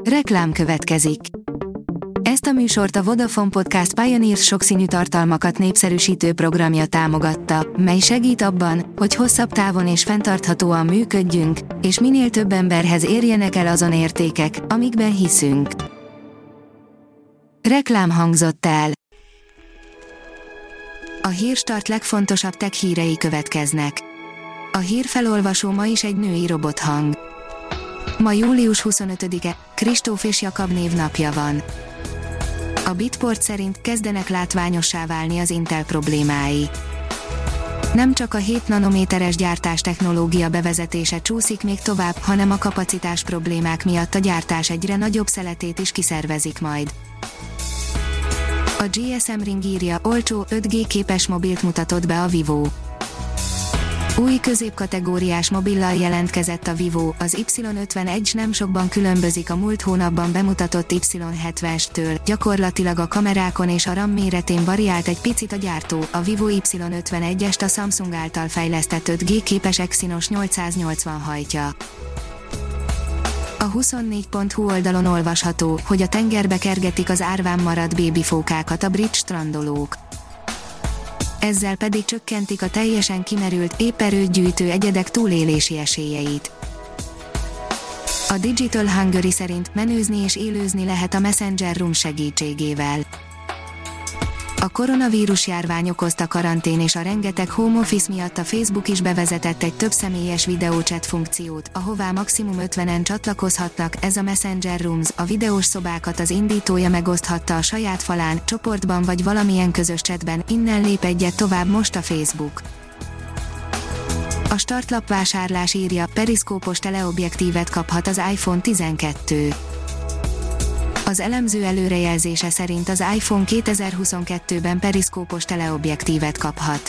Reklám következik. Ezt a műsort a Vodafone Podcast Pioneers sokszínű tartalmakat népszerűsítő programja támogatta, mely segít abban, hogy hosszabb távon és fenntarthatóan működjünk, és minél több emberhez érjenek el azon értékek, amikben hiszünk. Reklám hangzott el. A Hírstart legfontosabb tech hírei következnek. A hírfelolvasó ma is egy női robothang. Ma július 25-e, Kristóf és Jakab névnapja van. A Bitport szerint kezdenek látványossá válni az Intel problémái. Nem csak a 7 nanométeres gyártás technológia bevezetése csúszik még tovább, hanem a kapacitás problémák miatt a gyártás egyre nagyobb szeletét is kiszervezik majd. A GSM Ring írja, olcsó 5G képes mobilt mutatott be a Vivo. Új középkategóriás mobillal jelentkezett a Vivo, az Y51 nem sokban különbözik a múlt hónapban bemutatott Y70-től, gyakorlatilag a kamerákon és a RAM méretén variált egy picit a gyártó, a Vivo Y51-est a Samsung által fejlesztett 5G képes Exynos 880 hajtja. A 24.hu oldalon olvasható, hogy a tengerbe kergetik az árván maradt bébifókákat a brit strandolók. Ezzel pedig csökkentik a teljesen kimerült, épp erőt gyűjtő egyedek túlélési esélyeit. A Digital Hungary szerint menőzni és élőzni lehet a Messenger Rooms segítségével. A koronavírus járvány okozta karantén és a rengeteg home office miatt a Facebook is bevezetett egy többszemélyes videóchat funkciót, ahová maximum 50-en csatlakozhatnak. Ez a Messenger Rooms, a videós szobákat az indítója megoszthatta a saját falán, csoportban vagy valamilyen közös chatben, innen lép egyet tovább most a Facebook. A startlap vásárlás írja, periszkópos teleobjektívet kaphat az iPhone 12. Az elemző előrejelzése szerint az iPhone 2022-ben periszkópos teleobjektívet kaphat.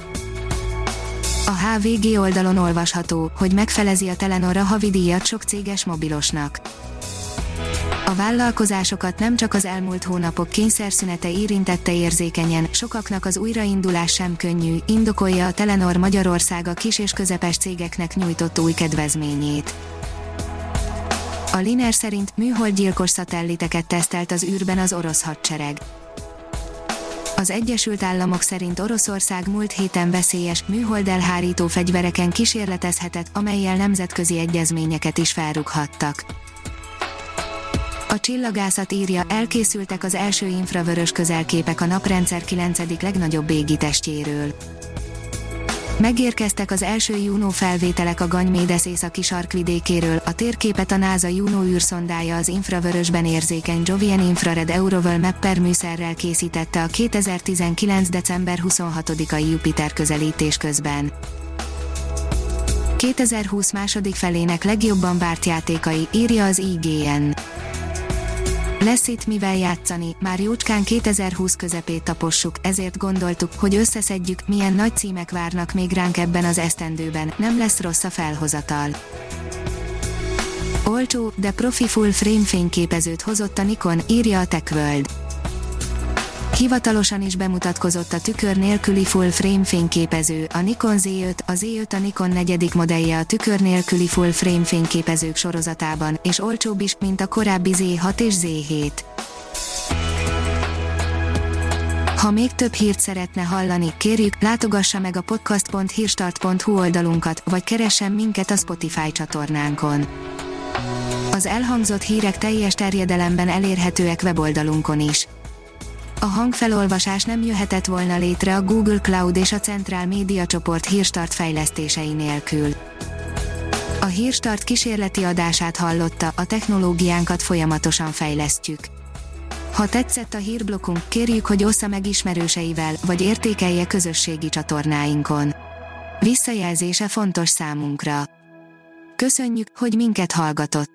A HVG oldalon olvasható, hogy megfelezi a Telenor a havidíjat sok céges mobilosnak. A vállalkozásokat nem csak az elmúlt hónapok kényszerszünete érintette érzékenyen, sokaknak az újraindulás sem könnyű, indokolja a Telenor Magyarország a kis és közepes cégeknek nyújtott új kedvezményét. A Liner szerint műholdgyilkos szatelliteket tesztelt az űrben az orosz hadsereg. Az Egyesült Államok szerint Oroszország múlt héten veszélyes, műholdelhárító fegyvereken kísérletezhetett, amellyel nemzetközi egyezményeket is felrúghattak. A csillagászat írja, elkészültek az első infravörös közelképek a naprendszer 9. legnagyobb égitestjéről. Megérkeztek az első Juno felvételek a Ganymédes északi sarkvidékéről, a térképet a NASA Juno űrszondája az infravörösben érzékeny Jovian Infrared Eurovel Mapper műszerrel készítette a 2019. december 26-ai Jupiter közelítés közben. 2020 második felének legjobban várt játékai, írja az IGN. Lesz itt mivel játszani, már jócskán 2020 közepét tapossuk, ezért gondoltuk, hogy összeszedjük, milyen nagy címek várnak még ránk ebben az esztendőben, nem lesz rossz a felhozatal. Olcsó, de profi full frame fényképezőt hozott a Nikon, írja a TechWorld. Hivatalosan is bemutatkozott a tükör nélküli full frame fényképező, a Nikon Z5, a Z5 a Nikon negyedik modellje a tükör nélküli full frame fényképezők sorozatában, és olcsóbb is, mint a korábbi Z6 és Z7. Ha még több hírt szeretne hallani, kérjük, látogassa meg a podcast.hírstart.hu oldalunkat, vagy keressen minket a Spotify csatornánkon. Az elhangzott hírek teljes terjedelemben elérhetőek weboldalunkon is. A hangfelolvasás nem jöhetett volna létre a Google Cloud és a Centrál Média csoport Hírstart fejlesztései nélkül. A Hírstart kísérleti adását hallotta, a technológiánkat folyamatosan fejlesztjük. Ha tetszett a hírblokkunk, kérjük, hogy ossza meg ismerőseivel, vagy értékelje közösségi csatornáinkon. Visszajelzése fontos számunkra. Köszönjük, hogy minket hallgatott!